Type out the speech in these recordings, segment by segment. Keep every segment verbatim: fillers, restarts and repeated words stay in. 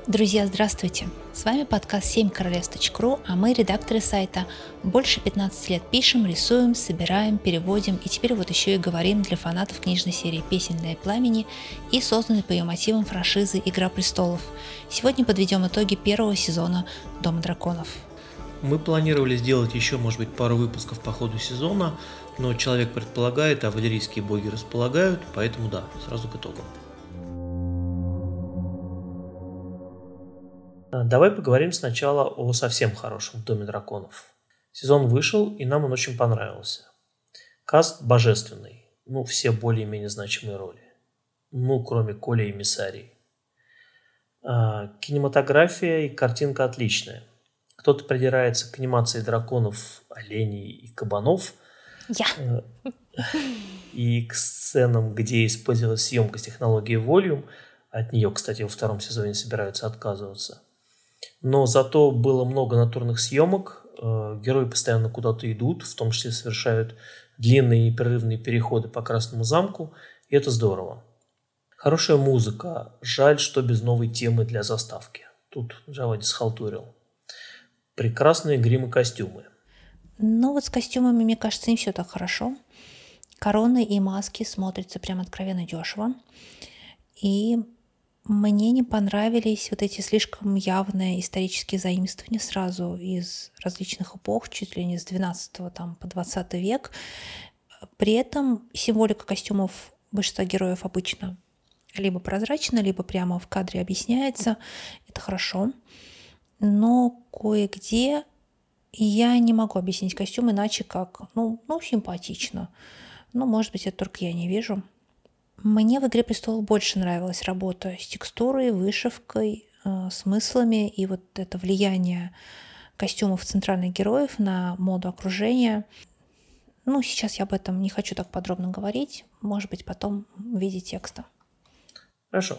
Друзья, здравствуйте! С вами подкаст семь королевств точка ру, а мы редакторы сайта. Больше пятнадцати лет пишем, рисуем, собираем, переводим и теперь вот еще и говорим для фанатов книжной серии «Песнь для пламени» и созданной по ее мотивам франшизы «Игра престолов». Сегодня подведем итоги первого сезона «Дома драконов». Мы планировали сделать еще, может быть, пару выпусков по ходу сезона, но человек предполагает, а валерийские боги располагают, поэтому да, сразу к итогам. Давай поговорим сначала о совсем хорошем «Доме драконов». Сезон вышел, и нам он очень понравился. Каст божественный, ну, все более-менее значимые роли. Ну, кроме Коли и Миссарии. А, кинематография и картинка отличная. Кто-то придирается к анимации драконов, оленей и кабанов. Я. И к сценам, где использовалась съемка с технологией Volume. От нее, кстати, во втором сезоне собираются отказываться. Но зато было много натурных съемок, герои постоянно куда-то идут, в том числе совершают длинные непрерывные переходы по Красному замку, и это здорово. Хорошая музыка, жаль, что без новой темы для заставки. Тут Джавади схалтурил. Прекрасные грим и костюмы. Ну вот с костюмами, мне кажется, не все так хорошо. Короны и маски смотрятся прям откровенно дешево. И мне не понравились вот эти слишком явные исторические заимствования сразу из различных эпох, чуть ли не с двенадцатого там, по двадцатый век. При этом символика костюмов большинства героев обычно либо прозрачна, либо прямо в кадре объясняется. Это хорошо. Но кое-где я не могу объяснить костюм иначе, как, ну, ну симпатично. Ну, может быть, это только я не вижу. Мне в «Игре престолов» больше нравилась работа с текстурой, вышивкой, э, смыслами и вот это влияние костюмов центральных героев на моду окружения. Ну, сейчас я об этом не хочу так подробно говорить. Может быть, потом в виде текста. Хорошо.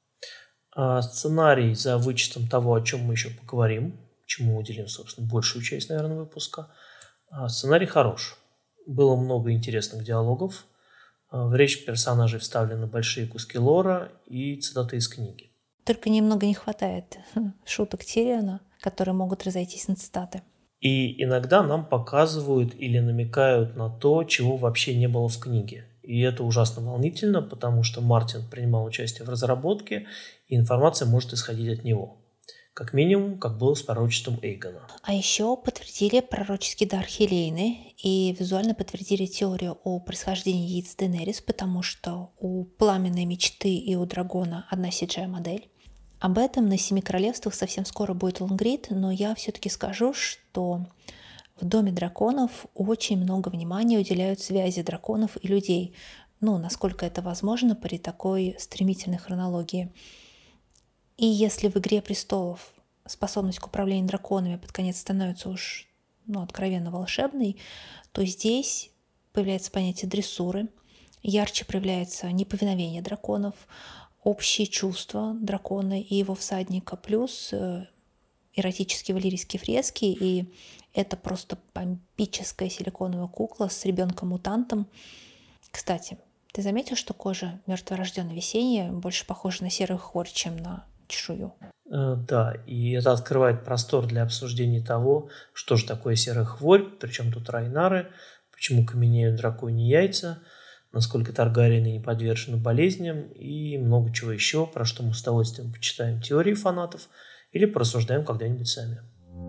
А сценарий, за вычетом того, о чем мы еще поговорим, чему уделим, собственно, большую часть, наверное, выпуска. А сценарий хорош. Было много интересных диалогов. В речь персонажей вставлены большие куски лора и цитаты из книги. Только немного не хватает шуток Тириона, которые могут разойтись на цитаты. И иногда нам показывают или намекают на то, чего вообще не было в книге. И это ужасно волнительно, потому что Мартин принимал участие в разработке, и информация может исходить от него. Как минимум, как было с пророчеством Эйгона. А еще подтвердили пророческий дар Хелейны и визуально подтвердили теорию о происхождении яиц Дейенерис, потому что у пламенной мечты и у дракона одна си джи ай-модель. Об этом на Семи Королевствах совсем скоро будет лонгрид, но я все-таки скажу, что в Доме драконов очень много внимания уделяют связи драконов и людей. Ну, насколько это возможно при такой стремительной хронологии. И если в «Игре престолов» способность к управлению драконами под конец становится уж ну, откровенно волшебной, то здесь появляется понятие дрессуры, ярче проявляется неповиновение драконов, общие чувства дракона и его всадника, плюс эротические валерийские фрески, и это просто помпическая силиконовая кукла с ребенком-мутантом. Кстати, ты заметил, что кожа мертворожденной весенней больше похожа на серую хворь, чем на чешую? Да, и это открывает простор для обсуждения того, что же такое серая хворь, причем тут райнары, почему каменеют драконьи яйца, насколько Таргариены не подвержены болезням и много чего еще, про что мы с удовольствием почитаем теории фанатов или порассуждаем когда-нибудь сами.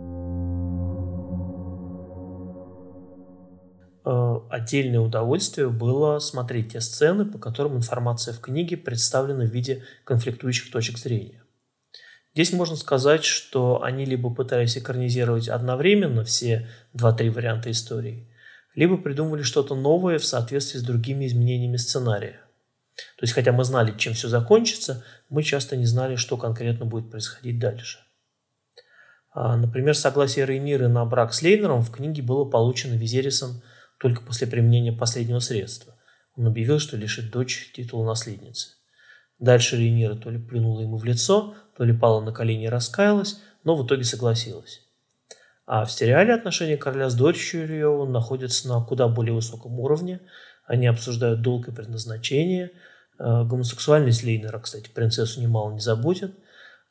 Отдельное удовольствие было смотреть те сцены, по которым информация в книге представлена в виде конфликтующих точек зрения. Здесь можно сказать, что они либо пытались экранизировать одновременно все два-три варианта истории, либо придумывали что-то новое в соответствии с другими изменениями сценария. То есть, хотя мы знали, чем все закончится, мы часто не знали, что конкретно будет происходить дальше. Например, согласие Рейниры на брак с Лейнером в книге было получено Визерисом только после применения последнего средства. Он объявил, что лишит дочь титула наследницы. Дальше Рейнира то ли плюнула ему в лицо, то ли пала на колени и раскаялась, но в итоге согласилась. А в сериале отношения короля с дочерью находятся на куда более высоком уровне. Они обсуждают долг и предназначение. Гомосексуальность Лейнера, кстати, принцессу немало не заботит.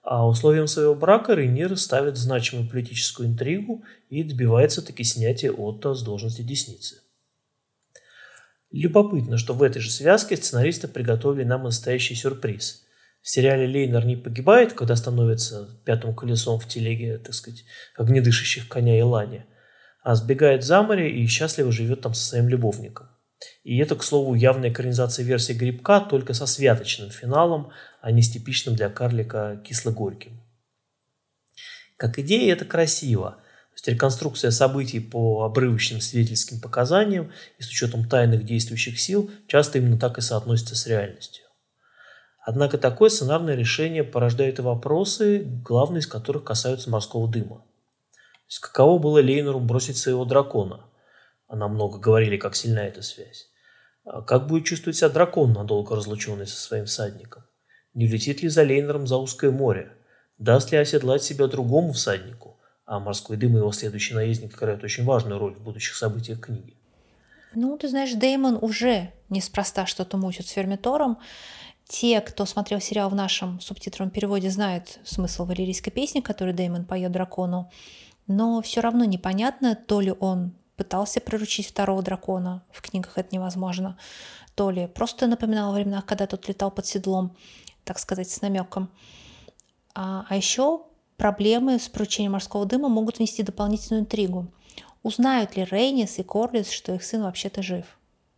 А условием своего брака Рейнира ставит значимую политическую интригу и добивается таки снятия Отто с должности десницы. Любопытно, что в этой же связке сценаристы приготовили нам настоящий сюрприз. В сериале Лейнер не погибает, когда становится пятым колесом в телеге, так сказать, огнедышащих коня и лани, а сбегает за море и счастливо живет там со своим любовником. И это, к слову, явная экранизация версии «Грибка», только со святочным финалом, а не с типичным для карлика кисло-горьким. Как идея это красиво. То есть реконструкция событий по обрывочным свидетельским показаниям и с учетом тайных действующих сил часто именно так и соотносится с реальностью. Однако такое сценарное решение порождает и вопросы, главные из которых касаются морского дыма. То есть каково было Лейнеру бросить своего дракона? А нам много говорили, как сильна эта связь. А как будет чувствовать себя дракон, надолго разлученный со своим всадником? Не летит ли за Лейнером за узкое море? Даст ли оседлать себя другому всаднику? А морской дым и его следующий наездник играют очень важную роль в будущих событиях книги. Ну, ты знаешь, Дэймон уже неспроста что-то мутит с Вермитором. Те, кто смотрел сериал в нашем субтитрованном переводе, знают смысл валерийской песни, которую Дэймон поет дракону. Но все равно непонятно, то ли он пытался приручить второго дракона, в книгах это невозможно, то ли просто напоминал о временах, когда тот летал под седлом, так сказать, с намеком. А, а еще проблемы с приручением морского дыма могут внести дополнительную интригу. Узнают ли Рейнис и Корлис, что их сын вообще-то жив?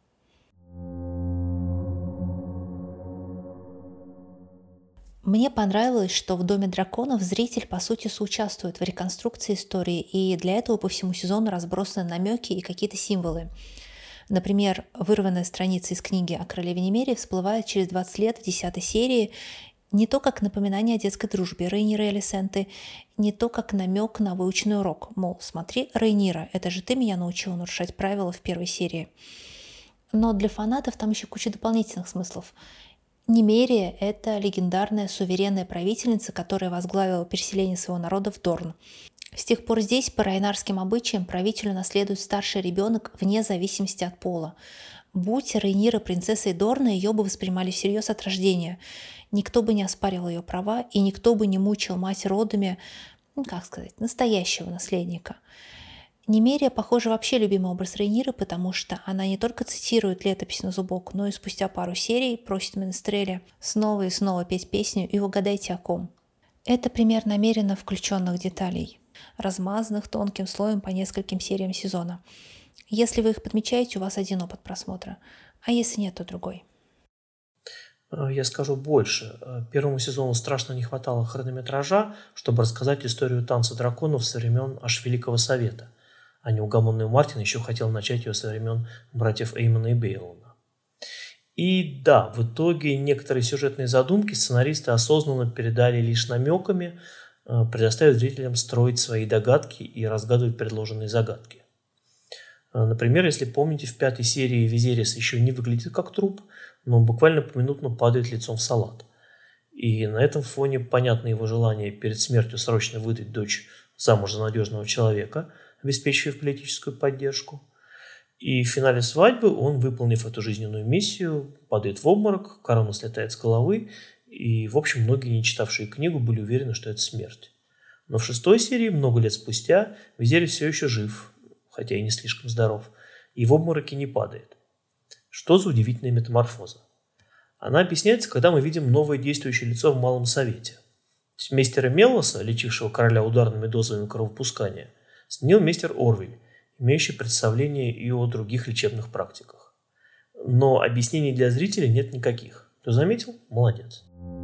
Мне понравилось, что в «Доме драконов» зритель, по сути, соучаствует в реконструкции истории, и для этого по всему сезону разбросаны намеки и какие-то символы. Например, вырванная страница из книги о королеве Немере всплывает через двадцать лет в десятой серии не то как напоминание о детской дружбе Рейнира и Алисенты, не то как намек на выученный урок, мол, смотри, Рейнира, это же ты меня научила нарушать правила в первой серии. Но для фанатов там еще куча дополнительных смыслов. Немерия – это легендарная суверенная правительница, которая возглавила переселение своего народа в Дорн. С тех пор здесь, по райнарским обычаям, правителю наследует старший ребенок вне зависимости от пола. Будь Рейнира принцессой Дорна, ее бы воспринимали всерьез от рождения. Никто бы не оспаривал ее права, и никто бы не мучил мать родами, ну, как сказать, настоящего наследника. Немерия, похоже, вообще любимый образ Рейниры, потому что она не только цитирует летопись на зубок, но и спустя пару серий просит Менестреля снова и снова петь песню и угадайте о ком. Это пример намеренно включенных деталей, размазанных тонким слоем по нескольким сериям сезона. Если вы их подмечаете, у вас один опыт просмотра, а если нет, то другой. Я скажу больше. Первому сезону страшно не хватало хронометража, чтобы рассказать историю танца драконов со времен аж Великого Совета. А неугомонный Мартин еще хотел начать ее со времен братьев Эймона и Бейлона. И да, в итоге некоторые сюжетные задумки сценаристы осознанно передали лишь намеками, предоставив зрителям строить свои догадки и разгадывать предложенные загадки. Например, если помните, в пятой серии Визерис еще не выглядит как труп, но буквально поминутно падает лицом в салат. И на этом фоне понятно его желание перед смертью срочно выдать дочь замуж за надежного человека, обеспечивая политическую поддержку. И в финале свадьбы он, выполнив эту жизненную миссию, падает в обморок, корона слетает с головы, и, в общем, многие, не читавшие книгу, были уверены, что это смерть. Но в шестой серии, много лет спустя, Визерис все еще жив, хотя и не слишком здоров, и в обмороке не падает. Что за удивительная метаморфоза? Она объясняется, когда мы видим новое действующее лицо в Малом Совете. То есть мейстера Меллоса, лечившего короля ударными дозами кровопускания, сменил мейстер Орвиль, имеющий представление и о других лечебных практиках. Но объяснений для зрителей нет никаких. Кто заметил? Молодец.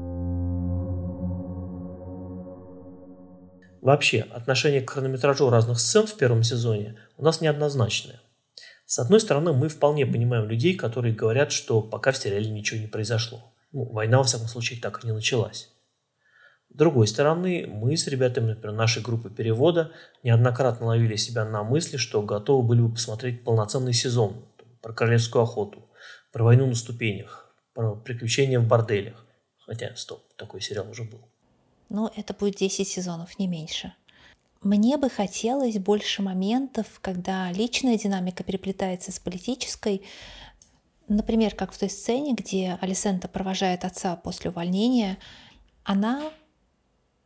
Вообще, отношение к хронометражу разных сцен в первом сезоне у нас неоднозначное. С одной стороны, мы вполне понимаем людей, которые говорят, что пока в сериале ничего не произошло. Ну, война, во всяком случае, так и не началась. С другой стороны, мы с ребятами, например, нашей группы перевода неоднократно ловили себя на мысли, что готовы были бы посмотреть полноценный сезон про королевскую охоту, про войну на ступенях, про приключения в борделях. Хотя, стоп, такой сериал уже был. Ну, это будет десять сезонов, не меньше. Мне бы хотелось больше моментов, когда личная динамика переплетается с политической. Например, как в той сцене, где Алисента провожает отца после увольнения. Она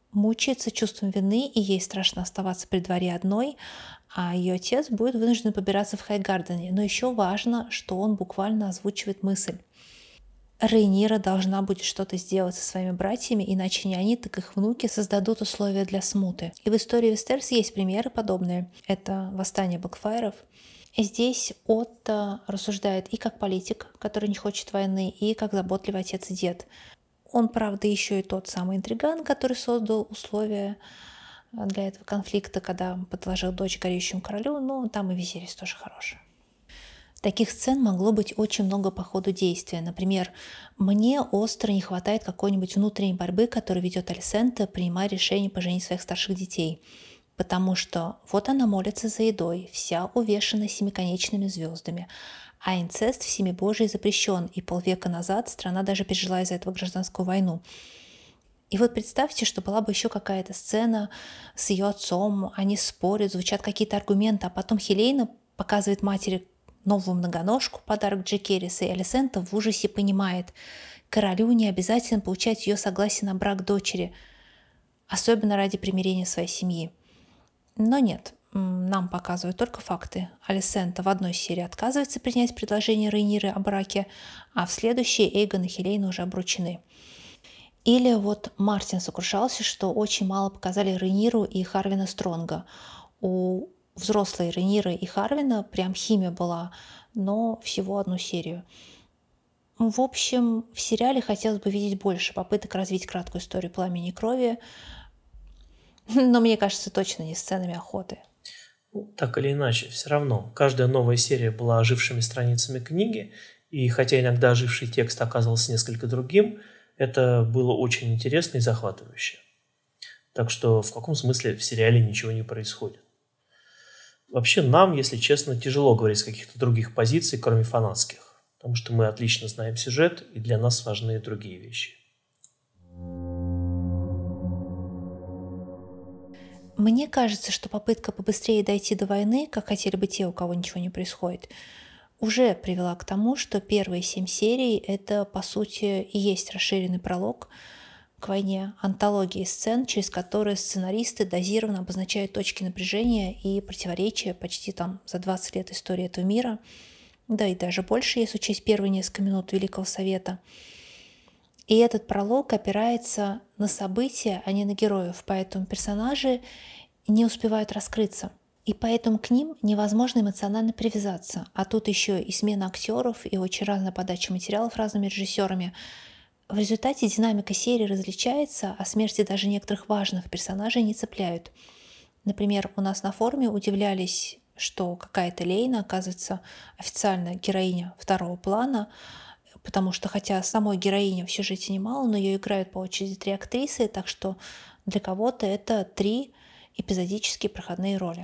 мучается чувством вины, и ей страшно оставаться при дворе одной, а ее отец будет вынужден побираться в Хайгардене. Но еще важно, что он буквально озвучивает мысль. Рейнира должна будет что-то сделать со своими братьями, иначе не они, так их внуки создадут условия для смуты. И в истории Вестерос есть примеры подобные. Это восстание Блэкфайров. И здесь Отто рассуждает и как политик, который не хочет войны, и как заботливый отец и дед. Он, правда, еще и тот самый интриган, который создал условия для этого конфликта, когда подложил дочь горящему королю, но там и Визерис тоже хороший. Таких сцен могло быть очень много по ходу действия. Например, мне остро не хватает какой-нибудь внутренней борьбы, которую ведет Алисента, принимая решение поженить своих старших детей. Потому что вот она молится за едой, вся увешана семиконечными звездами. А инцест в семе Божией запрещен, и полвека назад страна даже пережила из-за этого гражданскую войну. И вот представьте, что была бы еще какая-то сцена с ее отцом, они спорят, звучат какие-то аргументы, а потом Хелейна показывает матери новую многоножку, подарок Джекериса, и Алисента в ужасе понимает, королю не обязательно получать ее согласие на брак дочери, особенно ради примирения своей семьи. Но нет, нам показывают только факты. Алисента в одной серии отказывается принять предложение Рейниры о браке, а в следующей Эйгон и Хелейна уже обручены. Или вот Мартин сокрушался, что очень мало показали Рейниру и Харвина Стронга. У взрослой Рейниры и Харвина прям химия была, но всего одну серию. В общем, в сериале хотелось бы видеть больше попыток развить краткую историю пламени и крови, но мне кажется, точно не сценами охоты. Так или иначе, все равно, каждая новая серия была ожившими страницами книги, и хотя иногда оживший текст оказывался несколько другим, это было очень интересно и захватывающе. Так что в каком смысле в сериале ничего не происходит? Вообще нам, если честно, тяжело говорить с каких-то других позиций, кроме фанатских, потому что мы отлично знаем сюжет, и для нас важны другие вещи. Мне кажется, что попытка побыстрее дойти до войны, как хотели бы те, у кого ничего не происходит, уже привела к тому, что первые семь серий — это, по сути, и есть расширенный пролог к войне, антологии сцен, через которые сценаристы дозированно обозначают точки напряжения и противоречия почти там за двадцать лет истории этого мира, да и даже больше, если учесть первые несколько минут Великого Совета. И этот пролог опирается на события, а не на героев, поэтому персонажи не успевают раскрыться. И поэтому к ним невозможно эмоционально привязаться. А тут еще и смена актеров, и очень разная подача материалов разными режиссерами. В результате динамика серии различается, а смерти даже некоторых важных персонажей не цепляют. Например, у нас на форуме удивлялись, что какая-то Лейна оказывается официально героиня второго плана, потому что хотя самой героини в сюжете немало, но ее играют по очереди три актрисы, так что для кого-то это три эпизодические проходные роли.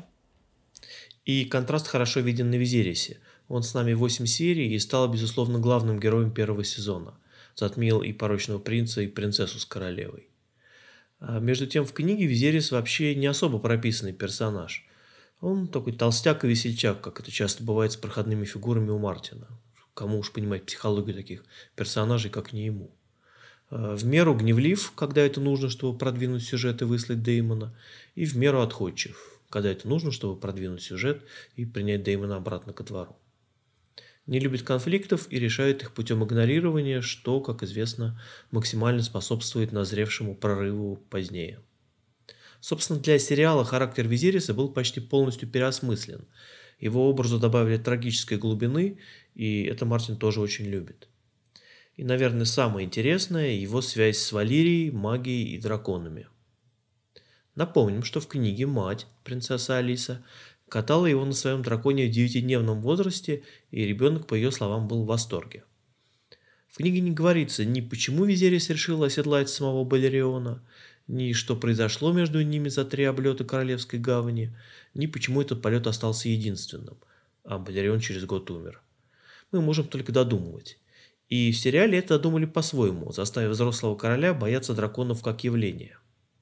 И контраст хорошо виден на Визерисе. Он с нами восемь серий и стал, безусловно, главным героем первого сезона. Затмил и Порочного принца, и Принцессу с королевой. А между тем, в книге Визерис вообще не особо прописанный персонаж. Он такой толстяк и весельчак, как это часто бывает с проходными фигурами у Мартина. Кому уж понимать психологию таких персонажей, как не ему. В меру гневлив, когда это нужно, чтобы продвинуть сюжет и выслать Деймона, и в меру отходчив, когда это нужно, чтобы продвинуть сюжет и принять Деймона обратно ко двору. Не любит конфликтов и решает их путем игнорирования, что, как известно, максимально способствует назревшему прорыву позднее. Собственно, для сериала характер Визериса был почти полностью переосмыслен. Его образу добавили трагической глубины, и это Мартин тоже очень любит. И, наверное, самое интересное – его связь с Валирией, магией и драконами. Напомним, что в книге мать, принцесса Алиса, катала его на своем драконе в девятидневном возрасте, и ребенок, по ее словам, был в восторге. В книге не говорится ни почему Визерис решил оседлать самого Балериона, ни что произошло между ними за три облета Королевской гавани, ни почему этот полет остался единственным, а Балерион через год умер. Мы можем только додумывать. И в сериале это додумали по-своему, заставив взрослого короля бояться драконов как явления.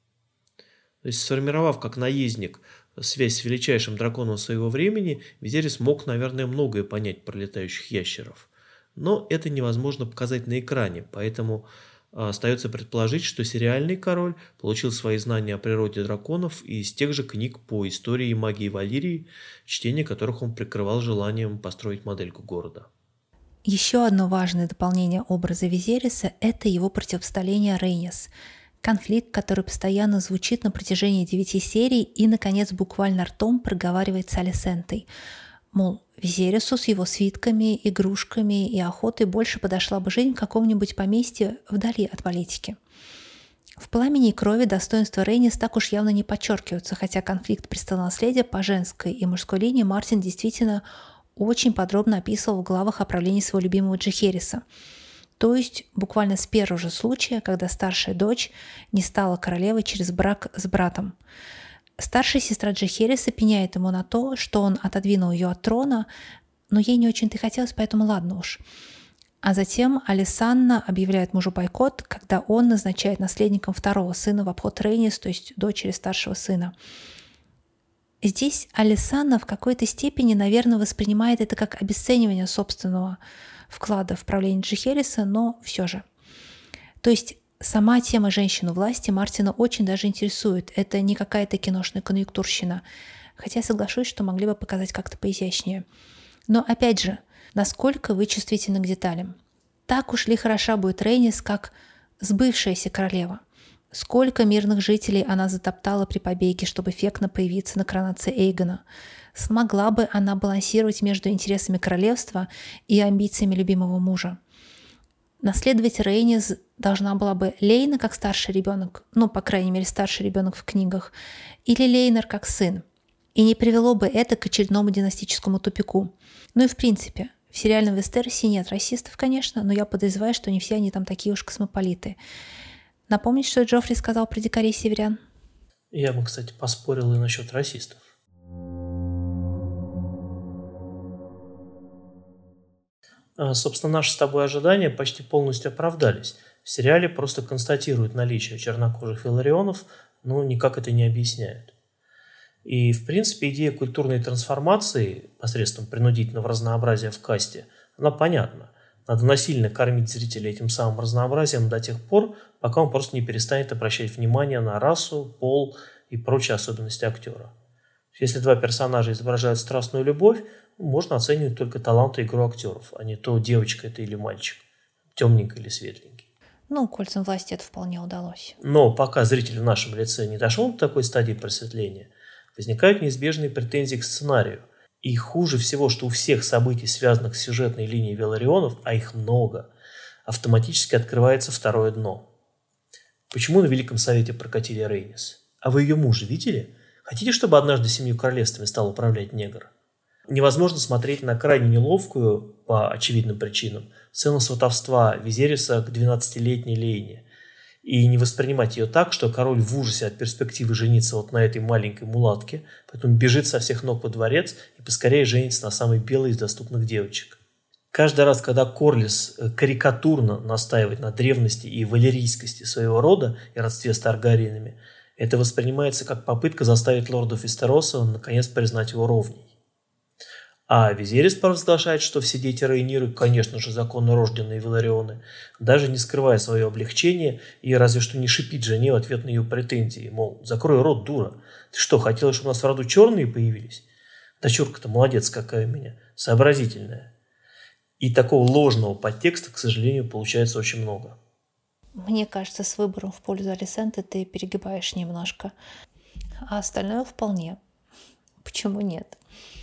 То есть, сформировав как наездник связь с величайшим драконом своего времени, Визерис мог, наверное, многое понять про летающих ящеров. Но это невозможно показать на экране, поэтому А остается предположить, что сериальный король получил свои знания о природе драконов из тех же книг по истории и магии Валирии, чтение которых он прикрывал желанием построить модельку города. Еще одно важное дополнение образа Визериса – это его противостояние Рейнис. Конфликт, который постоянно звучит на протяжении девяти серий и, наконец, буквально ртом проговаривает с Алисентой. Мол, Визерису с его свитками, игрушками и охотой больше подошла бы жизнь в каком-нибудь поместье вдали от политики. В «Пламени и крови» достоинства Рейнис так уж явно не подчеркиваются, хотя конфликт престолонаследия по женской и мужской линии Мартин действительно очень подробно описывал в главах о правлении своего любимого Джихериса. То есть буквально с первого же случая, когда старшая дочь не стала королевой через брак с братом. Старшая сестра Джихериса пеняет ему на то, что он отодвинул ее от трона, но ей не очень-то хотелось, поэтому ладно уж. А затем Алисанна объявляет мужу бойкот, когда он назначает наследником второго сына в обход Рейнис, то есть дочери старшего сына. Здесь Алисанна в какой-то степени, наверное, воспринимает это как обесценивание собственного вклада в правление Джихериса, но все же. То есть сама тема женщин у власти Мартина очень даже интересует. Это не какая-то киношная конъюнктурщина. Хотя соглашусь, что могли бы показать как-то поизящнее. Но опять же, насколько вы чувствительны к деталям? Так уж ли хороша будет Рейнис, как сбывшаяся королева? Сколько мирных жителей она затоптала при побеге, чтобы эффектно появиться на коронации Эйгона? Смогла бы она балансировать между интересами королевства и амбициями любимого мужа? Наследовать Рейнис должна была бы Лейна как старший ребенок, ну, по крайней мере, старший ребенок в книгах, или Лейнер как сын. И не привело бы это к очередному династическому тупику. Ну и в принципе, в сериальном Вестеросе нет расистов, конечно, но я подозреваю, что не все они там такие уж космополиты. Напомнить, что Джоффри сказал про дикарей северян? Я бы, кстати, поспорил и насчет расистов. А, собственно, наши с тобой ожидания почти полностью оправдались. В сериале просто констатируют наличие чернокожих виларионов, но никак это не объясняют. И, в принципе, идея культурной трансформации посредством принудительного разнообразия в касте, она понятна. Надо насильно кормить зрителя этим самым разнообразием до тех пор, пока он просто не перестанет обращать внимание на расу, пол и прочие особенности актера. Если два персонажа изображают страстную любовь, можно оценивать только талант и игру актеров, а не то, девочка это или мальчик, темненький или светленький. Ну, кольцам власти это вполне удалось. Но пока зритель в нашем лице не дошел до такой стадии просветления, возникают неизбежные претензии к сценарию. И хуже всего, что у всех событий, связанных с сюжетной линией Виларионов, а их много, автоматически открывается второе дно. Почему на Великом Совете прокатили Рейнис? А вы ее мужа видели? Хотите, чтобы однажды семью королевствами стал управлять негр? Невозможно смотреть на крайне неловкую, по очевидным причинам, сцену сватовства Визериса к двенадцатилетней Лейне и не воспринимать ее так, что король в ужасе от перспективы жениться вот на этой маленькой мулатке, поэтому бежит со всех ног во дворец и поскорее женится на самой белой из доступных девочек. Каждый раз, когда Корлис карикатурно настаивает на древности и валерийскости своего рода и родстве с Таргариенами, это воспринимается как попытка заставить лорда Вестероса наконец признать его ровней. А Визерис провозглашает, что все дети Рейниры, конечно же, законно рожденные Виларионы, даже не скрывая свое облегчение и разве что не шипит жене в ответ на ее претензии, мол, закрой рот, дура. Ты что, хотела, чтобы у нас в роду черные появились? Дочурка-то молодец какая у меня, сообразительная. И такого ложного подтекста, к сожалению, получается очень много. Мне кажется, с выбором в пользу Алисенты ты перегибаешь немножко. А остальное вполне. Почему нет?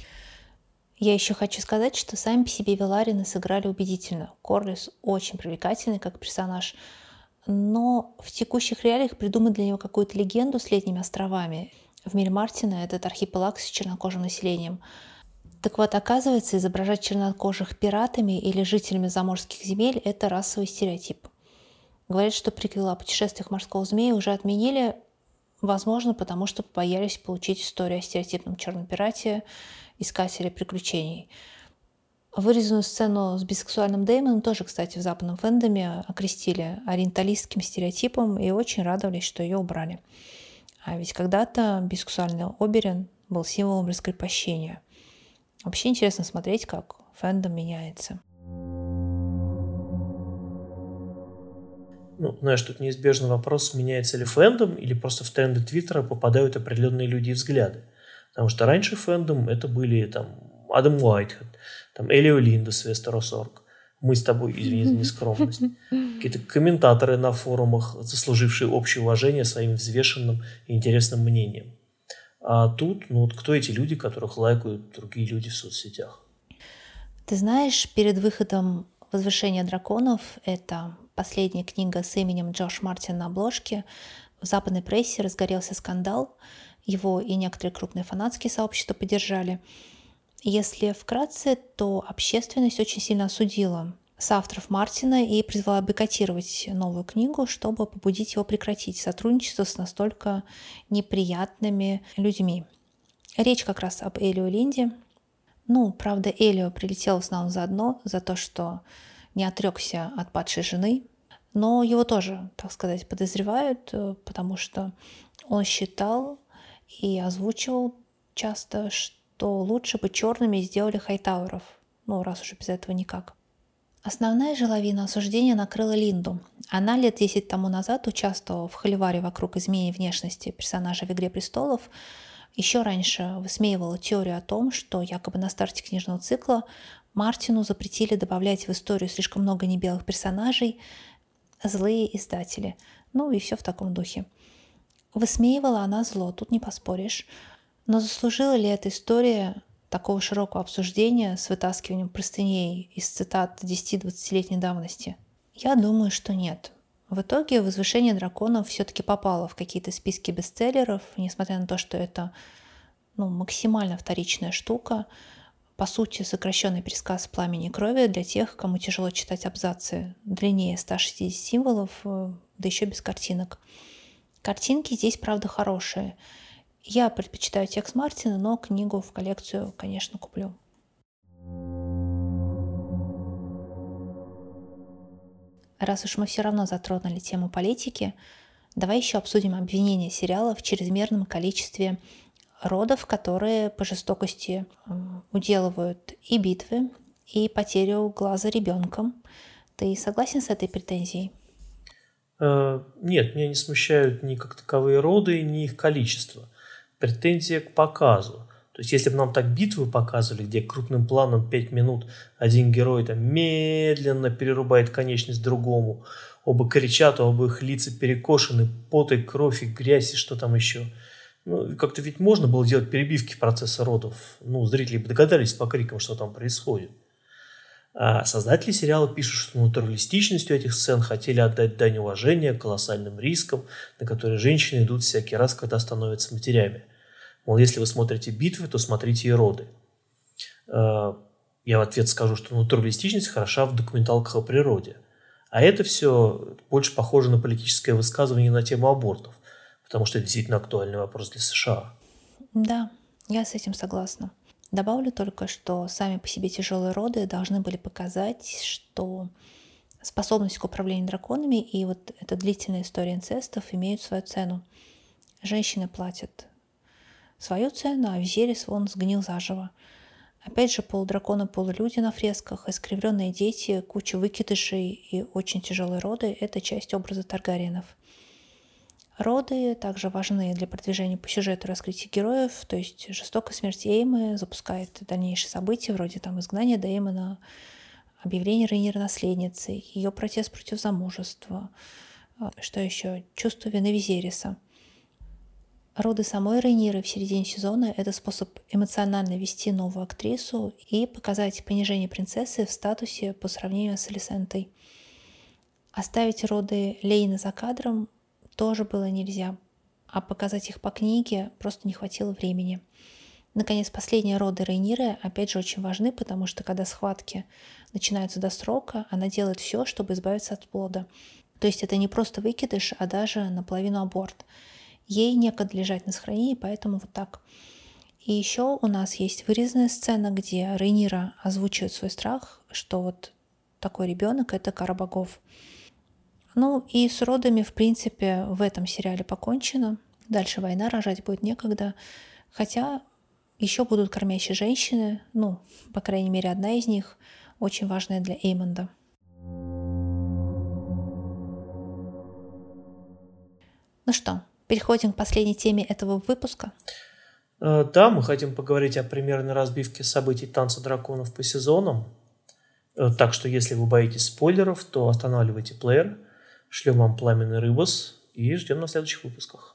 Я еще хочу сказать, что сами по себе Виларины сыграли убедительно. Корлис очень привлекательный как персонаж, но в текущих реалиях придумать для него какую-то легенду с летними островами. В мире Мартина этот архипелаг с чернокожим населением. Так вот, оказывается, изображать чернокожих пиратами или жителями заморских земель – это расовый стереотип. Говорят, что приквел о путешествиях морского змея уже отменили, возможно, потому что побоялись получить историю о стереотипном черном пирате, искателе приключений. Вырезанную сцену с бисексуальным Дэймоном тоже, кстати, в западном фэндоме окрестили ориенталистским стереотипом и очень радовались, что ее убрали. А ведь когда-то бисексуальный Оберин был символом раскрепощения. Вообще интересно смотреть, как фэндом меняется. Ну, знаешь, тут неизбежный вопрос, меняется ли фэндом или просто в тренды Твиттера попадают определенные люди и взгляды. Потому что раньше фэндом это были там Адам Уайтхед, там Элио Линдес, Вестерос точка орг. Мы с тобой, извини за нескромность. Какие-то комментаторы на форумах, заслужившие общее уважение своим взвешенным и интересным мнением. А тут, ну вот кто эти люди, которых лайкают другие люди в соцсетях? Ты знаешь, перед выходом «Возвышение драконов» — это последняя книга с именем Джош Мартин на обложке, в западной прессе разгорелся скандал. Его и некоторые крупные фанатские сообщества поддержали. Если вкратце, то общественность очень сильно осудила соавторов Мартина и призвала бойкотировать новую книгу, чтобы побудить его прекратить сотрудничество с настолько неприятными людьми. Речь как раз об Элио Линде. Ну, правда, Элио прилетел в основном заодно за то, что не отрекся от падшей жены, но его тоже, так сказать, подозревают, потому что он считал и озвучивал часто, что лучше бы черными сделали хайтауэров, ну, раз уже без этого никак. Основная же лавина осуждения накрыла Линду. Она лет десять тому назад участвовала в холиваре вокруг изменения внешности персонажа в «Игре престолов». Еще раньше высмеивала теорию о том, что якобы на старте книжного цикла Мартину запретили добавлять в историю слишком много небелых персонажей, злые издатели. Ну и все в таком духе. Высмеивала она зло, тут не поспоришь. Но заслужила ли эта история такого широкого обсуждения с вытаскиванием простыней из цитат десяти-двадцатилетней давности? Я думаю, что нет. В итоге «Возвышение драконов» все-таки попало в какие-то списки бестселлеров, несмотря на то, что это ну, максимально вторичная штука. По сути, сокращенный пересказ «Пламени и крови» для тех, кому тяжело читать абзацы длиннее ста шестидесяти символов, да еще без картинок. Картинки здесь, правда, хорошие. Я предпочитаю текст Мартина, но книгу в коллекцию, конечно, куплю. Раз уж мы все равно затронули тему политики, давай еще обсудим обвинения сериала в чрезмерном количестве родов, которые по жестокости уделывают и битвы, и потерю глаза ребенком. Ты согласен с этой претензией? Э, Нет, меня не смущают ни как таковые роды, ни их количество. Претензия к показу. То есть, если бы нам так битвы показывали, где крупным планом пять минут один герой там медленно перерубает конечность другому, оба кричат, оба их лица перекошены, пот и кровь, и грязь, и что там еще. Ну, как-то ведь можно было делать перебивки процесса родов. Ну, зрители бы догадались по крикам, что там происходит. А создатели сериала пишут, что натуралистичностью этих сцен хотели отдать дань уважения колоссальным рискам, на которые женщины идут всякий раз, когда становятся матерями. Мол, если вы смотрите битвы, то смотрите и роды. Я в ответ скажу, что натуралистичность хороша в документалках о природе. А это все больше похоже на политическое высказывание на тему абортов, потому что это действительно актуальный вопрос для США. Да, я с этим согласна. Добавлю только, что сами по себе тяжелые роды должны были показать, что способность к управлению драконами и вот эта длительная история инцестов имеют свою цену. Женщины платят свою цену, а Визерис вон сгнил заживо. Опять же, полудраконы, полулюди на фресках, искривленные дети, куча выкидышей и очень тяжелые роды – это часть образа Таргариенов. Роды также важны для продвижения по сюжету раскрытия героев, то есть жестокая смерть Эймы запускает дальнейшие события, вроде там изгнания Дэймона, объявление Рейнира наследницей, ее протест против замужества, что еще, чувство вины Визериса. Роды самой Рейниры в середине сезона – это способ эмоционально вести новую актрису и показать понижение принцессы в статусе по сравнению с Алисентой. Оставить роды Лейны за кадром тоже было нельзя, а показать их по книге просто не хватило времени. Наконец, последние роды Рейниры опять же очень важны, потому что когда схватки начинаются до срока, она делает все, чтобы избавиться от плода. То есть это не просто выкидыш, а даже наполовину аборт. Ей некогда лежать на сохранении, поэтому вот так. И еще у нас есть вырезанная сцена, где Рейнира озвучивает свой страх, что вот такой ребенок – это кара богов. Ну и с родами, в принципе, в этом сериале покончено. Дальше война, рожать будет некогда. Хотя еще будут кормящие женщины, ну, по крайней мере, одна из них, очень важная для Эймонда. Ну что, переходим к последней теме этого выпуска. Да, мы хотим поговорить о примерной разбивке событий «Танца драконов» по сезонам. Так что, если вы боитесь спойлеров, то останавливайте плеер, шлем вам пламенный рыбос и ждем на следующих выпусках.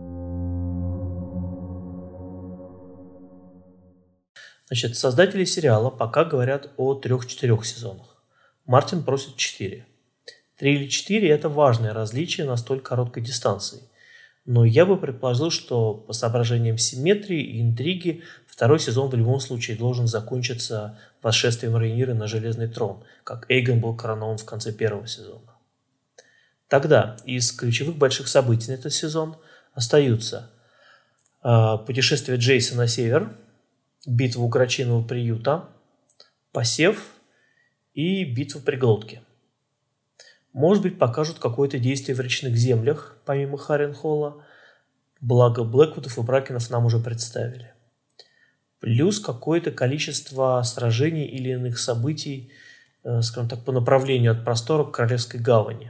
Значит, создатели сериала пока говорят о трех-четырех сезонах. Мартин просит четыре. Три или четыре – это важное различие на столь короткой дистанции. Но я бы предположил, что по соображениям симметрии и интриги второй сезон в любом случае должен закончиться восшествием Рейниры на Железный трон, как Эйгон был коронован в конце первого сезона. Тогда из ключевых больших событий на этот сезон остаются э, путешествие Джейса на север, битва у Грачиного приюта, посев и битва при Глотке. Может быть, покажут какое-то действие в речных землях, помимо Харренхолла, благо Блэквудов и Бракенов нам уже представили. Плюс какое-то количество сражений или иных событий, э, скажем так, по направлению от простора к Королевской гавани.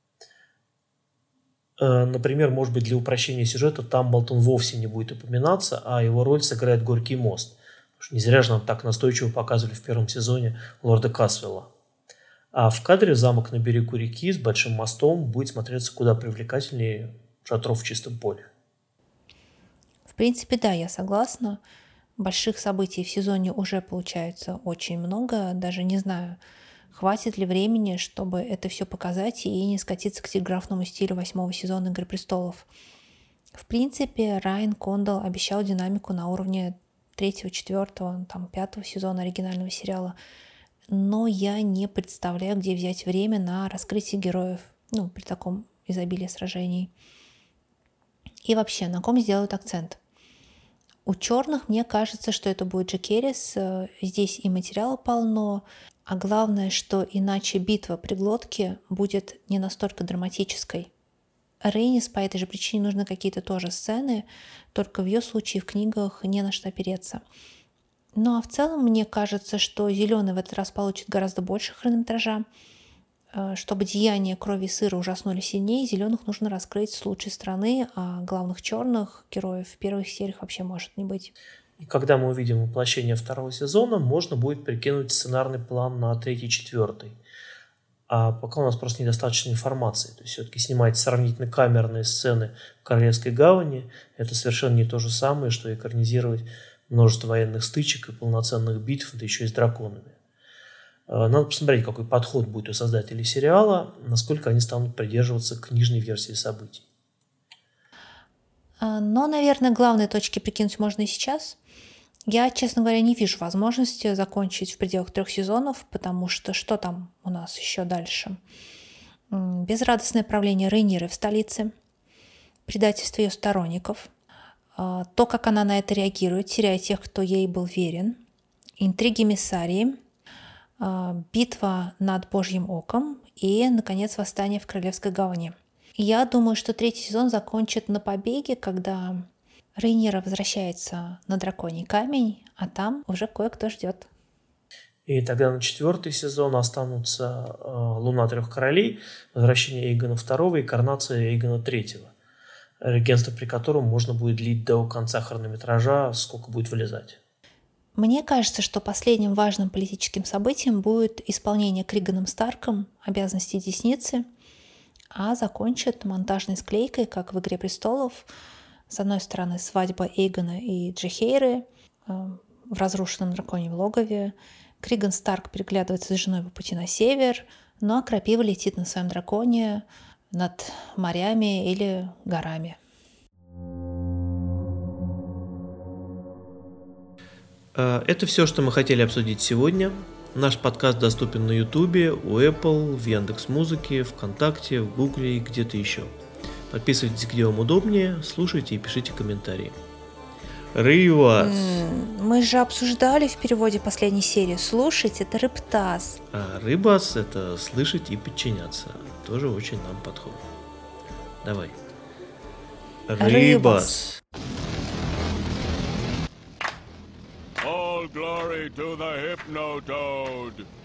Э, например, может быть, для упрощения сюжета там Болтон вовсе не будет упоминаться, а его роль сыграет Горький мост. Потому что не зря же нам так настойчиво показывали в первом сезоне лорда Касвелла. А в кадре замок на берегу реки с большим мостом будет смотреться куда привлекательнее шатров в чистом поле. В принципе, да, я согласна. Больших событий в сезоне уже получается очень много. Даже не знаю, хватит ли времени, чтобы это все показать и не скатиться к телеграфному стилю восьмого сезона «Игры престолов». В принципе, Райан Кондал обещал динамику на уровне третьего, четвертого, там, пятого сезона оригинального сериала. Но я не представляю, где взять время на раскрытие героев, ну, при таком изобилии сражений. И вообще, на ком сделают акцент? У черных мне кажется, что это будет Джекерис. Здесь и материала полно, а главное, что иначе битва при Глотке будет не настолько драматической. Рейнис по этой же причине нужны какие-то тоже сцены, только в ее случае в книгах не на что опереться. Ну а в целом мне кажется, что зеленый в этот раз получит гораздо больше хронометража. Чтобы деяния крови и сыра ужаснули сильнее, зеленых нужно раскрыть с лучшей стороны, а главных черных героев в первых сериях вообще может не быть. И когда мы увидим воплощение второго сезона, можно будет прикинуть сценарный план на третий-четвертый. А пока у нас просто недостаточно информации. То есть все-таки снимать сравнительно камерные сцены в Королевской гавани – это совершенно не то же самое, что экранизировать множество военных стычек и полноценных битв, да еще и с драконами. Надо посмотреть, какой подход будет у создателей сериала, насколько они станут придерживаться книжной версии событий. Но, наверное, главные точки прикинуть можно и сейчас. Я, честно говоря, не вижу возможности закончить в пределах трех сезонов, потому что что там у нас еще дальше? Безрадостное правление Рейниры в столице, предательство ее сторонников, то, как она на это реагирует, теряя тех, кто ей был верен, интриги Миссарии, битва над Божьим оком и, наконец, восстание в Королевской гавани. Я думаю, что третий сезон закончит на побеге, когда Рейнира возвращается на Драконий камень, а там уже кое-кто ждет. И тогда на четвертый сезон останутся э, Луна трех королей, возвращение Эйгона второго и коронация Эйгона третьего. Регенство, при котором можно будет длить до конца хронометража, сколько будет вылезать. Мне кажется, что последним важным политическим событием будет исполнение Криганом Старком обязанностей Десницы, а закончит монтажной склейкой, как в «Игре престолов». С одной стороны, свадьба Эйгона и Джейхейры э, в разрушенном драконьем логове. Криган Старк переглядывается с женой по пути на север, но Крапива летит на своем драконе над морями или горами. Это все, что мы хотели обсудить сегодня. Наш подкаст доступен на Ютубе, у Apple, в Яндекс.Музыке, ВКонтакте, в Гугле и где-то еще. Подписывайтесь, где вам удобнее, слушайте и пишите комментарии. Рыбас! Мы же обсуждали в переводе последней серии. Слушать — это рыбтас. А рыбас — это слышать и подчиняться. Тоже очень нам подходит. Давай. Рыбас! All glory to the Hypnotoad!